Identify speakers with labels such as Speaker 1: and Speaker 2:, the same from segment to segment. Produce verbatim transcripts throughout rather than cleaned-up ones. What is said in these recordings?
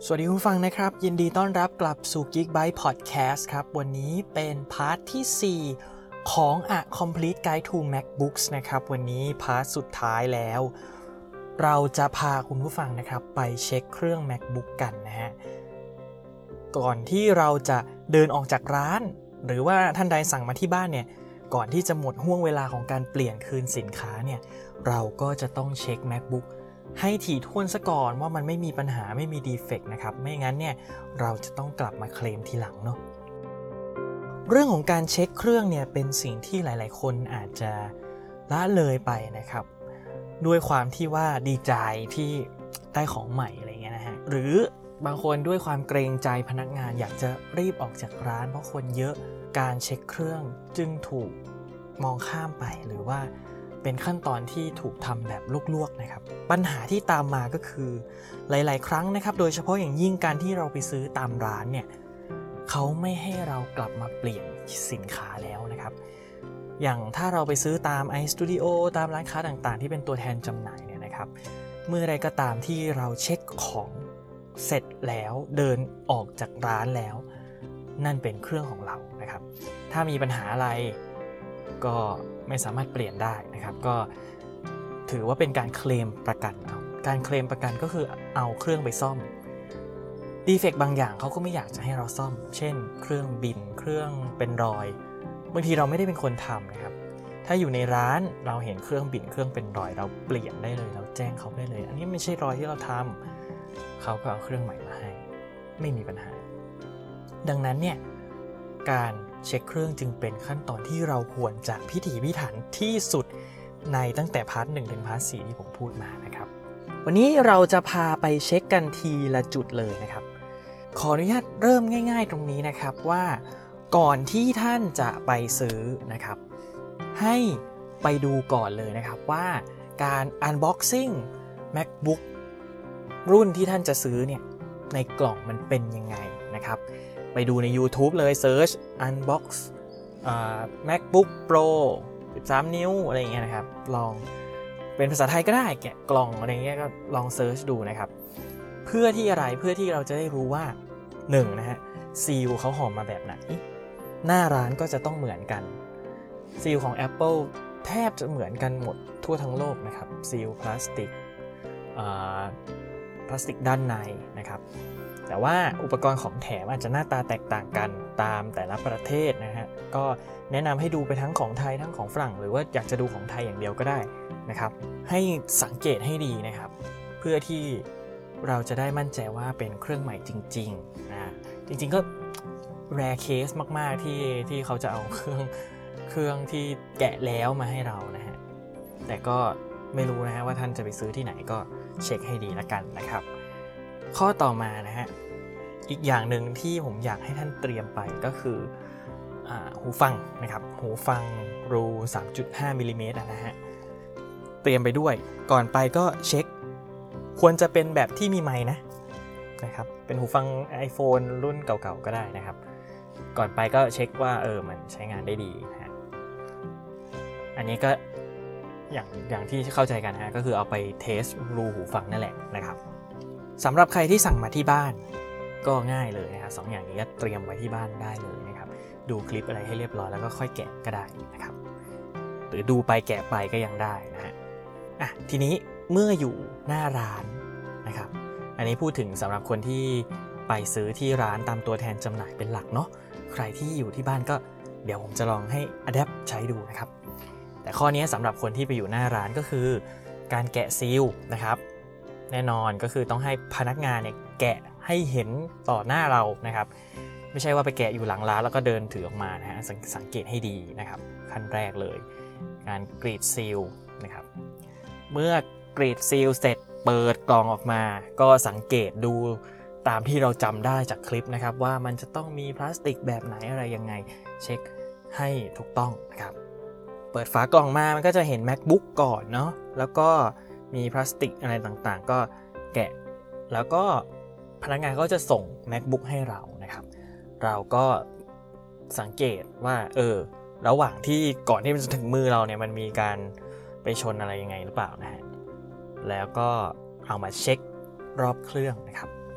Speaker 1: สวัสดีคุณฟังนะครับยินดีต้อนรับกลับสู่ Geekbyte Podcast ครับวันนี้เป็นพาร์ทที่สี่ของ A Complete Guide to MacBooks นะครับวันนี้พาร์ทสุดท้ายแล้วเราจะพาคุณผู้ฟังนะครับไปเช็คเครื่อง MacBook กันนะฮะก่อนที่เราจะเดินออกจากร้านหรือว่าท่านใดสั่งมาที่บ้านเนี่ยก่อนที่จะหมดห่วงเวลาของการเปลี่ยนคืนสินค้าเนี่ยเราก็จะต้องเช็ค MacBookให้ถี่ถ้วนซะก่อนว่ามันไม่มีปัญหาไม่มีดีเฟกต์นะครับไม่งั้นเนี่ยเราจะต้องกลับมาเคลมทีหลังเนาะเรื่องของการเช็คเครื่องเนี่ยเป็นสิ่งที่หลายๆคนอาจจะละเลยไปนะครับด้วยความที่ว่าดีใจที่ได้ของใหม่อะไรเงี้ยนะฮะหรือบางคนด้วยความเกรงใจพนักงานอยากจะรีบออกจากร้านเพราะคนเยอะการเช็คเครื่องจึงถูกมองข้ามไปหรือว่าเป็นขั้นตอนที่ถูกทำแบบลวกๆนะครับปัญหาที่ตามมาก็คือหลายๆครั้งนะครับโดยเฉพาะอย่างยิ่งการที่เราไปซื้อตามร้านเนี่ยเขาไม่ให้เรากลับมาเปลี่ยนสินค้าแล้วนะครับอย่างถ้าเราไปซื้อตาม iStudio ตามร้านค้าต่างๆที่เป็นตัวแทนจำหน่ายเนี่ยนะครับเมื่อใดก็ตามที่เราเช็คของเสร็จแล้วเดินออกจากร้านแล้วนั่นเป็นเครื่องของเรานะครับถ้ามีปัญหาอะไรก็ไม่สามารถเปลี่ยนได้นะครับก็ถือว่าเป็นการเคลมประกันเอาการเคลมประกันก็คือเอาเครื่องไปซ่อมดีเฟกต์บางอย่างเขาก็ไม่อยากจะให้เราซ่อมเช่นเครื่องบินเครื่องเป็นรอยบางทีเราไม่ได้เป็นคนทำนะครับถ้าอยู่ในร้านเราเห็นเครื่องบินเครื่องเป็นรอยเราเปลี่ยนได้เลยเราแจ้งเขาได้เลยอันนี้ไม่ใช่รอยที่เราทำเขาก็เอาเครื่องใหม่มาให้ไม่มีปัญหาดังนั้นเนี่ยการเช็คเครื่องจึงเป็นขั้นตอนที่เราควรจะพิถีพิถันที่สุดในตั้งแต่พาร์ทหนึ่งถึงพาร์ทสี่ที่ผมพูดมานะครับวันนี้เราจะพาไปเช็คกันทีละจุดเลยนะครับขออนุญาตเริ่มง่ายๆตรงนี้นะครับว่าก่อนที่ท่านจะไปซื้อนะครับให้ไปดูก่อนเลยนะครับว่าการ unboxing MacBook รุ่นที่ท่านจะซื้อเนี่ยในกล่องมันเป็นยังไงนะครับไปดูใน YouTube เลย Search Unbox อ่า MacBook Pro สิบสามนิ้วอะไรอย่างเงี้ยนะครับลองเป็นภาษาไทยก็ได้แกะกล่องอะไรเงี้ยก็ลอง Search ดูนะครับเพื่อที่อะไรเพื่อที่เราจะได้รู้ว่าหนึ่งนะฮะซีลเขาห่อมาแบบไหนหน้าร้านก็จะต้องเหมือนกันซีลของ Apple แทบจะเหมือนกันหมดทั่วทั้งโลกนะครับซีลพลาสติกอ่าพลาสติกด้านในนะครับแต่ว่าอุปกรณ์ของแถมอาจจะหน้าตาแตกต่างกันตามแต่ละประเทศนะฮะก็แนะนำให้ดูไปทั้งของไทยทั้งของฝรั่งหรือว่าอยากจะดูของไทยอย่างเดียวก็ได้นะครับให้สังเกตให้ดีนะครับเพื่อที่เราจะได้มั่นใจว่าเป็นเครื่องใหม่จริงๆนะจริงๆก็ rare case มากๆที่ที่เขาจะเอาเครื่องเครื่องที่แกะแล้วมาให้เรานะฮะแต่ก็ไม่รู้นะฮะว่าท่านจะไปซื้อที่ไหนก็เช็คให้ดีละกันนะครับข้อต่อมานะฮะอีกอย่างหนึ่งที่ผมอยากให้ท่านเตรียมไปก็คืออ่าหูฟังนะครับหูฟังรู สามจุดห้า มิลลิเมตรนะฮะเตรียมไปด้วยก่อนไปก็เช็คควรจะเป็นแบบที่มีไมค์นะนะครับเป็นหูฟัง iPhone รุ่นเก่าๆก็ได้นะครับก่อนไปก็เช็คว่าเออมันใช้งานได้ดีนะฮะอันนี้ก็อย่างอย่างที่เข้าใจกันฮะก็คือเอาไปเทสรูหูฟังนั่นแหละนะครับสำหรับใครที่สั่งมาที่บ้านก็ง่ายเลยนะครับสองอย่างนี้ก็เตรียมไว้ที่บ้านได้เลยนะครับดูคลิปอะไรให้เรียบร้อยแล้วก็ค่อยแกะก็ได้นะครับหรือดูไปแกะไปก็ยังได้นะฮะอ่ะทีนี้เมื่ออยู่หน้าร้านนะครับอันนี้พูดถึงสำหรับคนที่ไปซื้อที่ร้านตามตัวแทนจำหน่ายเป็นหลักเนาะใครที่อยู่ที่บ้านก็เดี๋ยวผมจะลองให้ Adapt ใช้ดูนะครับแต่ข้อนี้สำหรับคนที่ไปอยู่หน้าร้านก็คือการแกะซีลนะครับแน่นอนก็คือต้องให้พนักงานเนี่ยแกะให้เห็นต่อหน้าเรานะครับไม่ใช่ว่าไปแกะอยู่หลังร้านแล้วก็เดินถือออกมานะฮะสสังเกตให้ดีนะครับขั้นแรกเลยการกรีดซีลนะครับเมื่อกรีดซีลเสร็จเปิดกล่องออกมาก็สังเกตดูตามที่เราจำได้จากคลิปนะครับว่ามันจะต้องมีพลาสติกแบบไหนอะไรยังไงเช็คให้ถูกต้องนะครับเปิดฝากล่องมามันก็จะเห็น MacBook ก่อนเนาะแล้วก็มีพลาสติกอะไรต่างๆก็แกะแล้วก็พนักงานก็จะส่ง MacBook ให้เรานะครับเราก็สังเกตว่าเออระหว่างที่ก่อนที่มันจะถึงมือเราเนี่ยมันมีการไปชนอะไรยังไงหรือเปล่านะฮะแล้วก็เอามาเช็ครอบเครื่องนะครับ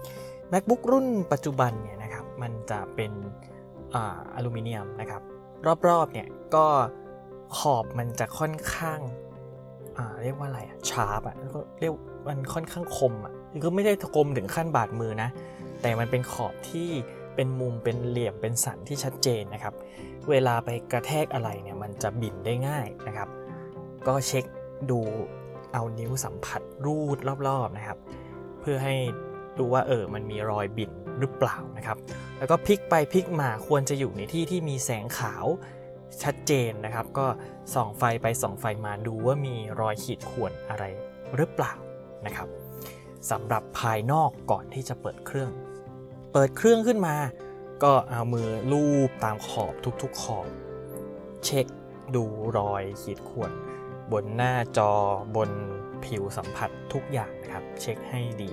Speaker 1: MacBook รุ่นปัจจุบันเนี่ยนะครับมันจะเป็นอ่าอลูมิเนียมนะครับรอบๆเนี่ยก็ขอบมันจะค่อนข้างอ่าเรียกว่าอะไรอ่ะชาร์ปอ่ะแล้วก็เรียกมันค่อนข้างคมอ่ะคือไม่ได้คมถึงขั้นบาดมือนะแต่มันเป็นขอบที่เป็นมุมเป็นเหลี่ยมเป็นสันที่ชัดเจนนะครับเวลาไปกระแทกอะไรเนี่ยมันจะบิ่นได้ง่ายนะครับก็เช็คดูเอานิ้วสัมผัสรูดรอบๆนะครับเพื่อให้ดูว่าเออมันมีรอยบิ่นหรือเปล่านะครับแล้วก็พลิกไปพลิกมาควรจะอยู่ในที่ที่มีแสงขาวชัดเจนนะครับก็ส่องไฟไปส่องไฟมาดูว่ามีรอยขีดข่วนอะไรหรือเปล่านะครับสำหรับภายนอกก่อนที่จะเปิดเครื่องเปิดเครื่องขึ้นมาก็เอามือลูบตามขอบทุกๆขอบเช็คดูรอยขีดข่วนบนหน้าจอบนผิวสัมผัสทุกอย่างนะครับเช็คให้ดี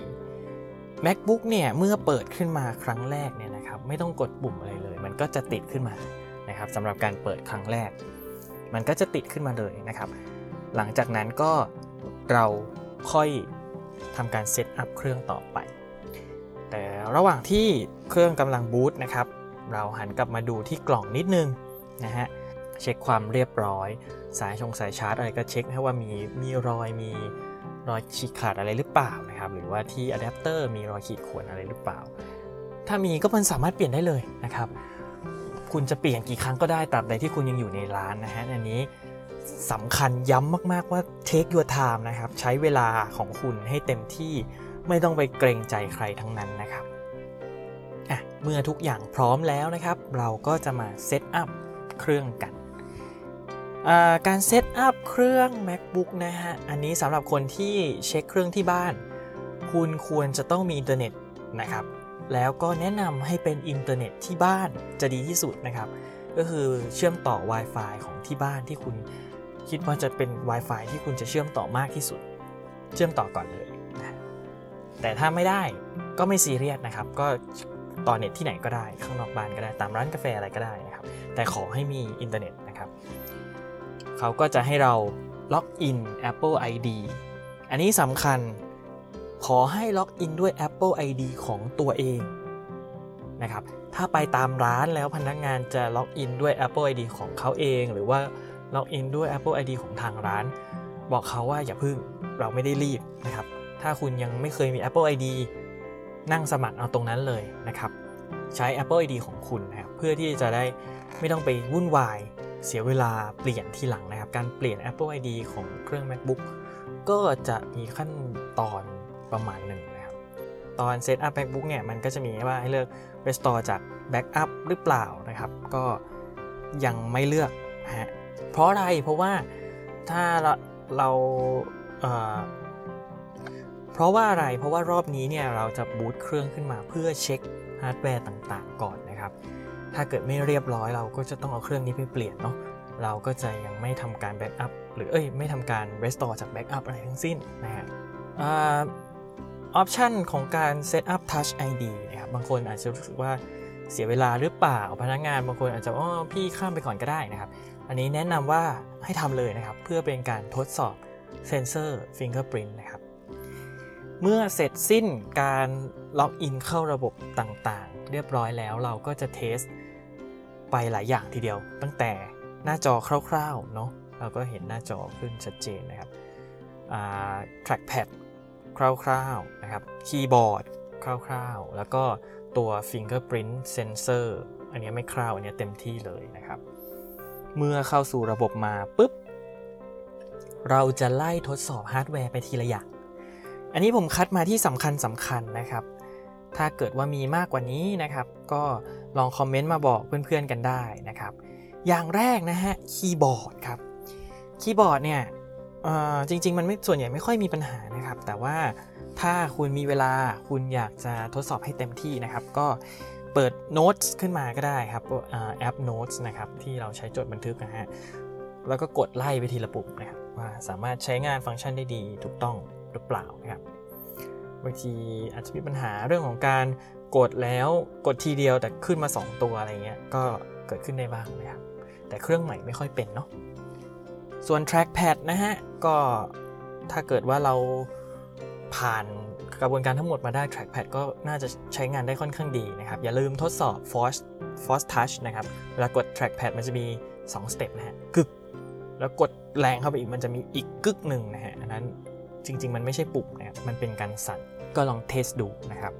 Speaker 1: MacBook เนี่ยเมื่อเปิดขึ้นมาครั้งแรกเนี่ยนะครับไม่ต้องกดปุ่มอะไรเลยมันก็จะติดขึ้นมานะครับสำหรับการเปิดครั้งแรกมันก็จะติดขึ้นมาเลยนะครับหลังจากนั้นก็เราค่อยทำการเซตอัพเครื่องต่อไปแต่ระหว่างที่เครื่องกำลังบูตนะครับเราหันกลับมาดูที่กล่องนิดนึงนะฮะเช็คความเรียบร้อยสายชงสายชาร์จอะไรก็เช็คให้ว่ามีมีรอยมีรอยฉีกขาดอะไรหรือเปล่านะครับหรือว่าที่อะแดปเตอร์มีรอยขีดข่วนอะไรหรือเปล่าถ้ามีก็มันสามารถเปลี่ยนได้เลยนะครับคุณจะเปลี่ยนกี่ครั้งก็ได้ตราบใดที่คุณยังอยู่ในร้านนะฮะอันนี้สำคัญย้ำมากๆว่า take your time นะครับใช้เวลาของคุณให้เต็มที่ไม่ต้องไปเกรงใจใครทั้งนั้นนะครับอ่ะเมื่อทุกอย่างพร้อมแล้วนะครับเราก็จะมาเซตอัพเครื่องกันการเซตอัพเครื่อง MacBook นะฮะอันนี้สำหรับคนที่เช็คเครื่องที่บ้านคุณควรจะต้องมีอินเทอร์เน็ตนะครับแล้วก็แนะนำให้เป็นอินเทอร์เน็ตที่บ้านจะดีที่สุดนะครับก็คือเชื่อมต่อ Wi-Fi ของที่บ้านที่คุณคิดว่าจะเป็น Wi-Fi ที่คุณจะเชื่อมต่อมากที่สุดเชื่อมต่อก่อนเลยนะแต่ถ้าไม่ได้ก็ไม่ซีเรียสนะครับก็ต่อเน็ตที่ไหนก็ได้ข้างนอกบ้านก็ได้ตามร้านกาแฟอะไรก็ได้นะครับแต่ขอให้มีอินเทอร์เน็ตนะครับเขาก็จะให้เราล็อกอิน Apple ไอ ดี อันนี้สำคัญขอให้ล็อกอินด้วย Apple ไอ ดี ของตัวเองนะครับถ้าไปตามร้านแล้วพนักงานจะล็อกอินด้วย Apple ไอ ดี ของเขาเองหรือว่าล็อกอินด้วย Apple ไอ ดี ของทางร้านบอกเขาว่าอย่าพึ่งเราไม่ได้รีบนะครับถ้าคุณยังไม่เคยมี Apple ไอ ดี นั่งสมัครเอาตรงนั้นเลยนะครับใช้ Apple ไอ ดี ของคุณนะครับเพื่อที่จะได้ไม่ต้องไปวุ่นวายเสียเวลาเปลี่ยนทีหลังนะครับการเปลี่ยน Apple ไอ ดี ของเครื่อง MacBook ก็จะมีขั้นตอนประมาณหนึ่งนะครับตอนเซตอัพ MacBook เนี่ยมันก็จะมีว่าให้เลือก Restore จาก Backup หรือเปล่านะครับก็ยังไม่เลือกฮะเพราะอะไรเพราะว่าถ้าเราเราเอ่อเพราะว่าอะไรเพราะว่ารอบนี้เนี่ยเราจะบูตเครื่องขึ้นมาเพื่อเช็คฮาร์ดแวร์ต่างๆก่อนนะครับถ้าเกิดไม่เรียบร้อยเราก็จะต้องเอาเครื่องนี้ไปเปลี่ยนเนาะเราก็จะยังไม่ทำการแบ็กอัพหรือเอ้ยไม่ทำการ restore จากแบ็กอัพอะไรทั้งสิ้นนะฮะออปชันของการ set up touch ไอ ดี นะครับบางคนอาจจะรู้สึกว่าเสียเวลาหรือเปล่าพนักงานบางคนอาจจะอ๋อพี่ข้ามไปก่อนก็ได้นะครับอันนี้แนะนำว่าให้ทำเลยนะครับเพื่อเป็นการทดสอบเซนเซอร์ fingerprint นะครับเมื่อเสร็จสิ้นการล็อกอินเข้าระบบต่างๆเรียบร้อยแล้วเราก็จะเทสไปหลายอย่างทีเดียวตั้งแต่หน้าจอคร่าวๆเนาะเราก็เห็นหน้าจอขึ้นชัดเจนนะครับ trackpad คร่าวๆนะครับคีย์บอร์ดคร่าวๆแล้วก็ตัว fingerprint sensor อันนี้ไม่คร่าวอันนี้เต็มที่เลยนะครับเมื่อเข้าสู่ระบบมาปุ๊บเราจะไล่ทดสอบฮาร์ดแวร์ไปทีละอย่างอันนี้ผมคัดมาที่สำคัญสำคัญนะครับถ้าเกิดว่ามีมากกว่านี้นะครับก็ลองคอมเมนต์มาบอกเพื่อนๆกันได้นะครับอย่างแรกนะฮะคีย์บอร์ดครับคีย์บอร์ดเนี่ยจริงๆมันไม่ส่วนใหญ่ไม่ค่อยมีปัญหานะครับแต่ว่าถ้าคุณมีเวลาคุณอยากจะทดสอบให้เต็มที่นะครับก็เปิดโน้ตขึ้นมาก็ได้ครับแอปโน้ตนะครับที่เราใช้จดบันทึกนะฮะแล้วก็กดไล่ไปทีละปุ่มนะครับว่าสามารถใช้งานฟังก์ชันได้ดีถูกต้องหรือเปล่านะครับบางทีอาจจะมีปัญหาเรื่องของการกดแล้วกดทีเดียวแต่ขึ้นมาสองตัวอะไรเงี้ยก็เกิดขึ้นได้บ้างนะครับแต่เครื่องใหม่ไม่ค่อยเป็นเนาะส่วน trackpad นะฮะก็ถ้าเกิดว่าเราผ่านกระบวนการทั้งหมดมาได้ trackpad ก็น่าจะใช้งานได้ค่อนข้างดีนะครับอย่าลืมทดสอบ force force touch นะครับเวลากด trackpad มันจะมีสองสเต็ปนะฮะกึกแล้วกดแรงเข้าไปอีกมันจะมีอีกกึกหนึ่งนะฮะอันนั้นจริงๆมันไม่ใช่ปุ่มนะครับมันเป็นการสั่นก็ลองเทสดูนะครับ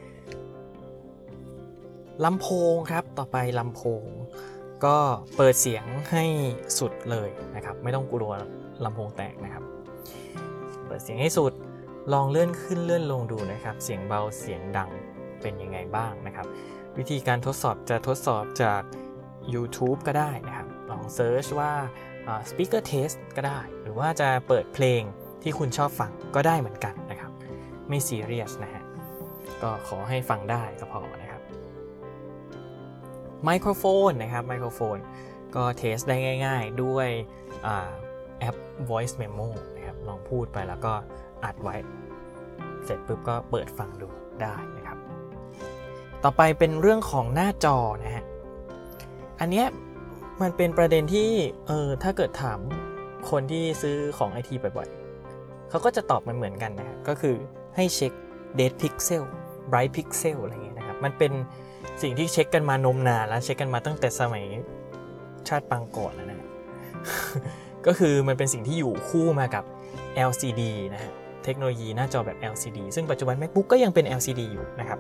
Speaker 1: ลำโพงครับต่อไปลำโพงก็เปิดเสียงให้สุดเลยนะครับไม่ต้องกลัวลำโพงแตกนะครับเปิดเสียงให้สุดลองเลื่อนขึ้นเลื่อนลงดูนะครับเสียงเบาเสียงดังเป็นยังไงบ้างนะครับวิธีการทดสอบจะทดสอบจาก YouTube ก็ได้นะครับลองเซิร์ชว่า speaker test ก็ได้หรือว่าจะเปิดเพลงที่คุณชอบฟังก็ได้เหมือนกันนะครับไม่ซีเรียสนะฮะก็ขอให้ฟังได้ก็พอนะครับไมโครโฟนนะครับไมโครโฟนก็เทสได้ง่ายๆด้วยแอป voice memo นะครับลองพูดไปแล้วก็อัดไว้เสร็จปุ๊บก็เปิดฟังดูได้นะครับต่อไปเป็นเรื่องของหน้าจอนะฮะอันเนี้ยมันเป็นประเด็นที่เออถ้าเกิดถามคนที่ซื้อของ ไอ ที บ่อยๆเขาก็จะตอบมันเหมือนกันนะฮะก็คือให้เช็ค Dead Pixel Bright Pixel อะไรเงี้ยนะครับมันเป็นสิ่งที่เช็คกันมานมนานแล้วเช็คกันมาตั้งแต่สมัยชาติปางก่อนแล้วนะ ก็คือมันเป็นสิ่งที่อยู่คู่มากับ แอล ซี ดี นะฮะเทคโนโลยีหน้าจอแบบ แอล ซี ดี ซึ่งปัจจุบัน MacBook ก็ยังเป็น แอล ซี ดี อยู่นะครับ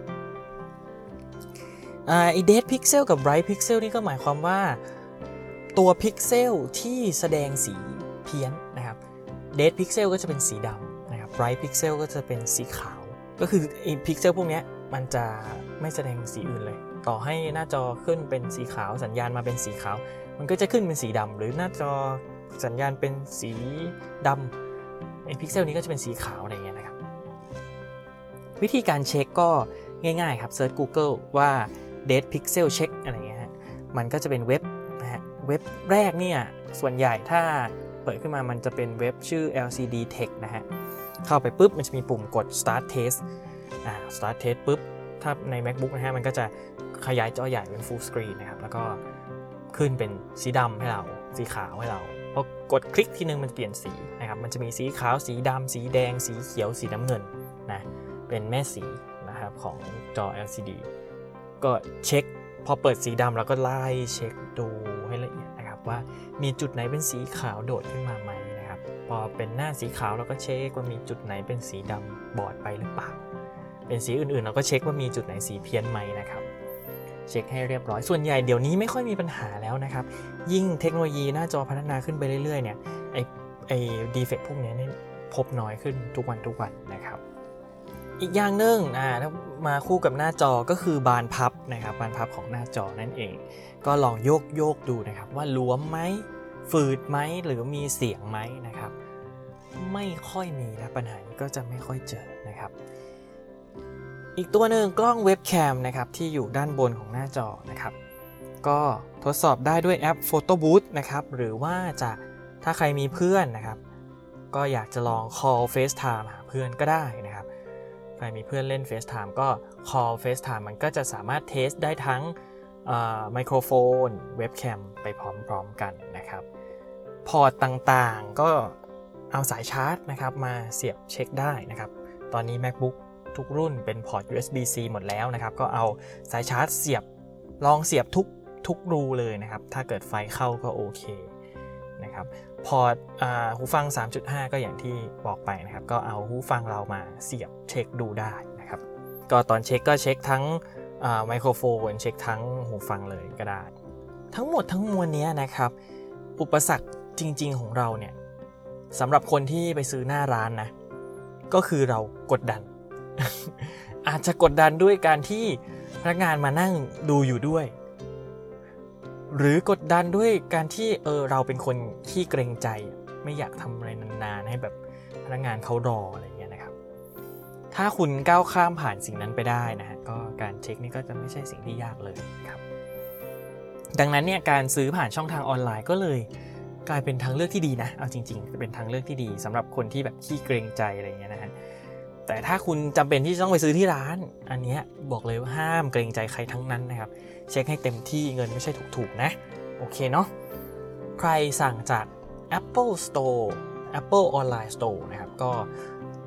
Speaker 1: อ่าไอ้ Dead Pixel กับ Bright Pixel นี่ก็หมายความว่าตัวพิกเซลที่แสดงสีเพี้ยนนะครับ Dead Pixel ก็จะเป็นสีดำนะครับ Bright Pixel ก็จะเป็นสีขาวก็คือไอ้พิกเซลพวกนี้มันจะไม่แสดงสีอื่นเลยต่อให้หน้าจอขึ้นเป็นสีขาวสัญญาณมาเป็นสีขาวมันก็จะขึ้นเป็นสีดำหรือหน้าจอสัญญาณเป็นสีดำไอ้พิกเซลนี้ก็จะเป็นสีขาวอะไรเงี้ยนะครับวิธีการเช็คก็ง่ายๆครับเซิร์ช Google ว่า Dead Pixel Check อะไรเงี้ยฮะมันก็จะเป็นเว็บนะฮะเว็บแรกเนี่ยส่วนใหญ่ถ้าเปิดขึ้นมามันจะเป็นเว็บชื่อ แอล ซี ดี Tech นะฮะเข้าไปปุ๊บมันจะมีปุ่มกด Start Test อ่า Start Test ปุ๊บถ้าใน MacBook นะฮะมันก็จะขยายจอใหญ่เป็น Full Screen นะครับแล้วก็ขึ้นเป็นสีดำให้เราสีขาวให้เราพอกดคลิกทีนึงมันเปลี่ยนสีนะครับมันจะมีสีขาวสีดำสีแดงสีเขียวสีน้ำเงินนะเป็นแม่สีนะครับของจอ แอล ซี ดี ก็เช็คพอเปิดสีดำแล้วก็ไล่เช็คดูให้ละเอียดนะครับว่ามีจุดไหนเป็นสีขาวโดดขึ้นมาไหมนะครับพอเป็นหน้าสีขาวเราก็เช็คว่ามีจุดไหนเป็นสีดำบอดไปหรือเปล่าเป็นสีอื่นๆเราก็เช็คว่ามีจุดไหนสีเพี้ยนไหมนะครับเช็คให้เรียบร้อยส่วนใหญ่เดี๋ยวนี้ไม่ค่อยมีปัญหาแล้วนะครับยิ่งเทคโนโลยีหน้าจอพัฒนาขึ้นไปเรื่อยๆเนี่ยไอไอดีเฟกต์พวกนี้เนี่ยพบน้อยขึ้นทุกวันทุกวันนะครับอีกอย่างหนึ่งอ่าถ้ามาคู่กับหน้าจอก็คือบานพับนะครับบานพับของหน้าจอนั่นเองก็ลองโยกโยกดูนะครับว่าหลวมไหมฝืดไหมหรือมีเสียงไหมนะครับไม่ค่อยมีนะปัญหานี้ก็จะไม่ค่อยเจอนะครับอีกตัวหนึ่งกล้องเว็บแคมนะครับที่อยู่ด้านบนของหน้าจอนะครับก็ทดสอบได้ด้วยแอป Photo Booth นะครับหรือว่าจะถ้าใครมีเพื่อนนะครับก็อยากจะลอง Call FaceTime หาเพื่อนก็ได้นะครับใครมีเพื่อนเล่น FaceTime ก็ Call FaceTime มันก็จะสามารถเทสได้ทั้งไมโครโฟนเว็บแคมไปพร้อมๆกันนะครับพอร์ตต่างๆก็เอาสายชาร์จนะครับมาเสียบเช็คได้นะครับตอนนี้ MacBookทุกรุ่นเป็นพอร์ต ยู เอส บี ซี หมดแล้วนะครับก็เอาสายชาร์จเสียบลองเสียบทุกทุกรูเลยนะครับถ้าเกิดไฟเข้าก็โอเคนะครับพอร์ตหูฟัง สามจุดห้า ก็อย่างที่บอกไปนะครับก็เอาหูฟังเรามาเสียบเช็คดูได้นะครับก็ตอนเช็คก็เช็คทั้งไมโครโฟนเช็คทั้งหูฟังเลยก็ได้ทั้งหมดทั้งมวลนี้นะครับอุปสรรคจริงๆของเราเนี่ยสำหรับคนที่ไปซื้อหน้าร้านนะก็คือเรากดดัน อาจจะกดดันด้วยการที่พนักงานมานั่งดูอยู่ด้วยหรือกดดันด้วยการที่เออเราเป็นคนขี้เกรงใจไม่อยากทำอะไรนานๆให้แบบพนักงานเขารออะไรเงี้ยนะครับถ้าคุณก้าวข้ามผ่านสิ่งนั้นไปได้นะฮะก็การเช็คนี่ก็จะไม่ใช่สิ่งที่ยากเลยครับดังนั้นเนี่ยการซื้อผ่านช่องทางออนไลน์ก็เลยกลายเป็นทางเลือกที่ดีนะเอาจริงๆเป็นทางเลือกที่ดีสำหรับคนที่แบบขี้เกรงใจอะไรเงี้ยนะฮะแต่ถ้าคุณจำเป็นที่จะต้องไปซื้อที่ร้านอันนี้บอกเลยว่าห้ามเกรงใจใครทั้งนั้นนะครับเช็คให้เต็มที่เงินไม่ใช่ถูกๆนะโอเคเนาะใครสั่งจาก Apple Store Apple Online Store นะครับก็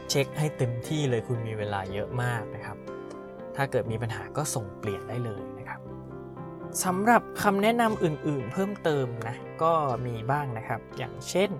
Speaker 1: เช็คให้เต็มที่เลยคุณมีเวลาเยอะมากนะครับถ้าเกิดมีปัญหาก็ส่งเปลี่ยนได้เลยนะครับสำหรับคำแนะนำอื่นๆเพิ่มเติมนะก็มีบ้างนะครับอย่างเช่น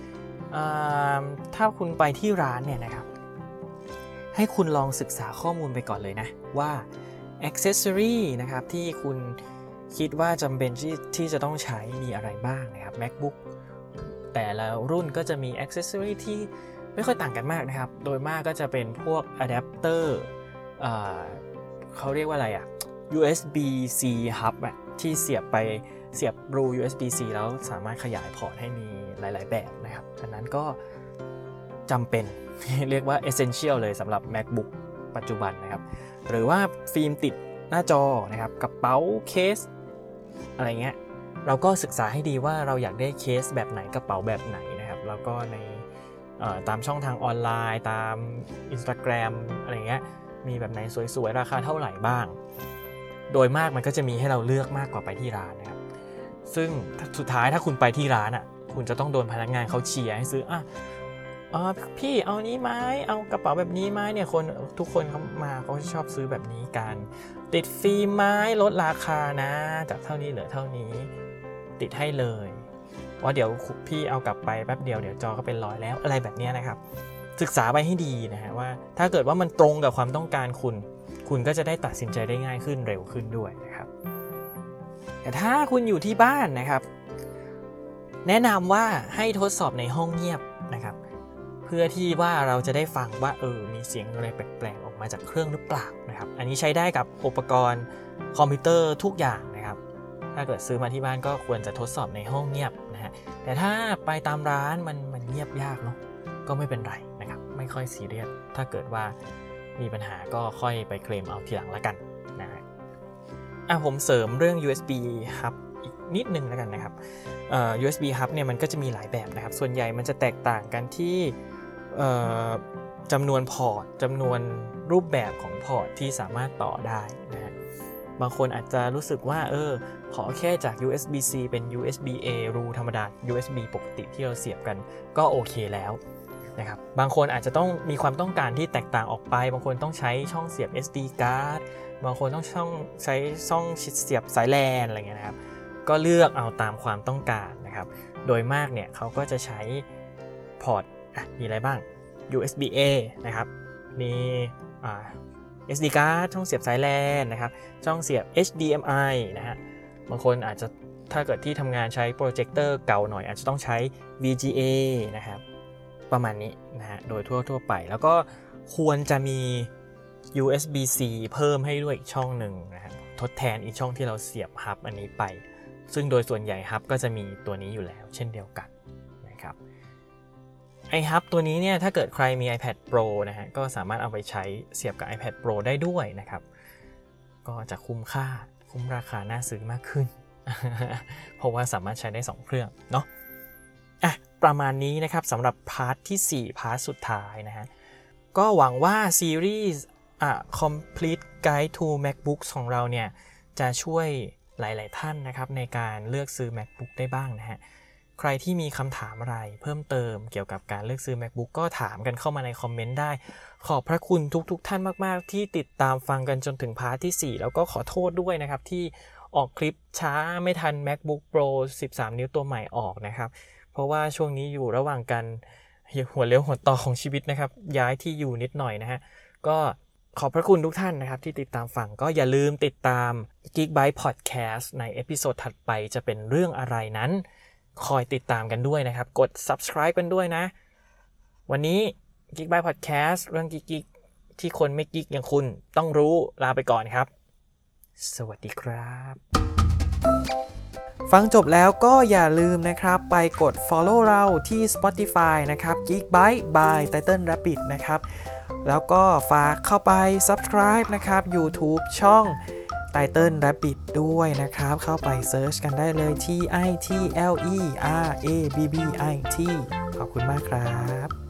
Speaker 1: ถ้าคุณไปที่ร้านเนี่ยนะครับให้คุณลองศึกษาข้อมูลไปก่อนเลยนะว่า accessory นะครับที่คุณคิดว่าจำเป็นที่ที่จะต้องใช้มีอะไรบ้างนะครับ MacBook แต่ละรุ่นก็จะมี accessory ที่ไม่ค่อยต่างกันมากนะครับโดยมากก็จะเป็นพวกอะแดปเตอร์เขาเรียกว่าอะไรอะ ยู เอส บี ซี hub อะที่เสียบไปเสียบรู ยู เอส บี ซี แล้วสามารถขยายพอร์ตให้มีหลายๆแบบนะครับฉะนั้นก็จำเป็น เรียกว่า essential เลยสำหรับ MacBook ปัจจุบันนะครับหรือว่าฟิล์มติดหน้าจอนะครับกระเป๋าเคสอะไรเงี้ยเราก็ศึกษาให้ดีว่าเราอยากได้เคสแบบไหนกระเป๋าแบบไหนนะครับแล้วก็ในตามช่องทางออนไลน์ตาม Instagram อะไรเงี้ยมีแบบไหนสวยๆราคาเท่าไหร่บ้างโดยมากมันก็จะมีให้เราเลือกมากกว่าไปที่ร้านนะครับซึ่งสุดท้ายถ้าคุณไปที่ร้านอ่ะคุณจะต้องโดนพนักงานเขาเชียร์ให้ซื้ออ่ะอ๋อพี่เอานี้ไหมเอากระเป๋าแบบนี้ไหมเนี่ยคนทุกคนเขามาเขาชอบซื้อแบบนี้กันติดฟิล์มไหมลดราคานะจากเท่านี้เหลือเท่านี้ติดให้เลยว่าเดี๋ยวพี่เอากลับไปแป๊บเดียวเดี๋ยวจอก็เป็นรอยแล้วอะไรแบบนี้นะครับศึกษาไปให้ดีนะฮะว่าถ้าเกิดว่ามันตรงกับความต้องการคุณคุณก็จะได้ตัดสินใจได้ง่ายขึ้นเร็วขึ้นด้วยนะครับแต่ถ้าคุณอยู่ที่บ้านนะครับแนะนำว่าให้ทดสอบในห้องเงียบนะครับเพื่อที่ว่าเราจะได้ฟังว่าเออมีเสียงอะไรแปลกๆออกมาจากเครื่องหรือเปล่านะครับอันนี้ใช้ได้กับอุปกรณ์คอมพิวเตอร์ทุกอย่างนะครับถ้าเกิดซื้อมาที่บ้านก็ควรจะทดสอบในห้องเงียบนะฮะแต่ถ้าไปตามร้านมันมันเงียบยากเนาะก็ไม่เป็นไรนะครับไม่ค่อยซีเรียสถ้าเกิดว่ามีปัญหาก็ค่อยไปเคลมเอาทีหลังละกันนะฮะอ่ะผมเสริมเรื่อง ยู เอส บี Hub อีกนิดนึงแล้วกันนะครับเอ่อ ยู เอส บี Hub เนี่ยมันก็จะมีหลายแบบนะครับส่วนใหญ่มันจะแตกต่างกันที่จำนวนพอร์ตจำนวนรูปแบบของพอร์ตที่สามารถต่อได้นะฮะบางคนอาจจะรู้สึกว่าเออขอแค่จาก ยู เอส บี ซี เป็น ยู เอส บี เอ รูธรรมดา ยู เอส บี ปกติที่เราเสียบกันก็โอเคแล้วนะครับบางคนอาจจะต้องมีความต้องการที่แตกต่างออกไปบางคนต้องใช้ช่องเสียบ เอส ดี card บางคนต้องช่องใช้ช่องเสียบสายแลนอะไรเงี้ยนะครับก็เลือกเอาตามความต้องการนะครับโดยมากเนี่ยเขาก็จะใช้พอร์ตมีอะไรบ้าง ยู เอส บี เอ นะครับมีอ่า เอส ดี card ช่องเสียบสายแลนนะครับช่องเสียบ เอช ดี เอ็ม ไอ นะฮะบางคนอาจจะถ้าเกิดที่ทำงานใช้โปรเจคเตอร์เก่าหน่อยอาจจะต้องใช้ วี จี เอ นะครับประมาณนี้นะฮะโดยทั่วทั่วไปแล้วก็ควรจะมี ยู เอส บี ซี เพิ่มให้ด้วยอีกช่องหนึ่งนะฮะทดแทนอีกช่องที่เราเสียบฮับอันนี้ไปซึ่งโดยส่วนใหญ่ฮับก็จะมีตัวนี้อยู่แล้วเช่นเดียวกันนะครับไอฮับตัวนี้เนี่ยถ้าเกิดใครมี iPad Pro นะฮะก็สามารถเอาไปใช้เสียบกับ iPad Pro ได้ด้วยนะครับก็จะคุ้มค่าคุ้มราคาน่าซื้อมากขึ้น เพราะว่าสามารถใช้ได้สองเครื่องเนาะอ่ะประมาณนี้นะครับสำหรับพาร์ทที่สี่พาร์ทสุดท้ายนะฮะก็หวังว่าซีรีส์อ่ะ Complete Guide to MacBooks ของเราเนี่ยจะช่วยหลายๆท่านนะครับในการเลือกซื้อ MacBook ได้บ้างนะฮะใครที่มีคำถามอะไรเพิ่มเติมเกี่ยวกับการเลือกซื้อ MacBook ก็ถามกันเข้ามาในคอมเมนต์ได้ขอบพระคุณทุกๆท่านมากๆที่ติดตามฟังกันจนถึงพาร์ทที่สี่แล้วก็ขอโทษด้วยนะครับที่ออกคลิปช้าไม่ทัน MacBook Pro สิบสาม นิ้วตัวใหม่ออกนะครับเพราะว่าช่วงนี้อยู่ระหว่างการหัวเลี้ยวหัวต่อของชีวิตนะครับย้ายที่อยู่นิดหน่อยนะฮะก็ขอบพระคุณทุกท่านนะครับที่ติดตามฟังก็อย่าลืมติดตาม Geekbyte Podcast ในเอพิโซดถัดไปจะเป็นเรื่องอะไรนั้นคอยติดตามกันด้วยนะครับกด Subscribe กันด้วยนะวันนี้ Geekbyte Podcast เรื่องกิ๊กๆที่คนไม่กิ๊กอย่างคุณต้องรู้ลาไปก่อนครับสวัสดีครับฟังจบแล้วก็อย่าลืมนะครับไปกด follow เราที่ Spotify นะครับ Geekbyte by Titan Rabbit นะครับแล้วก็ฝากเข้าไป Subscribe นะครับ YouTube ช่อง Titan Rabbit ด้วยนะครับเข้าไปเซิร์ชกันได้เลย T I T L E R A B B I T ขอบคุณมากครับ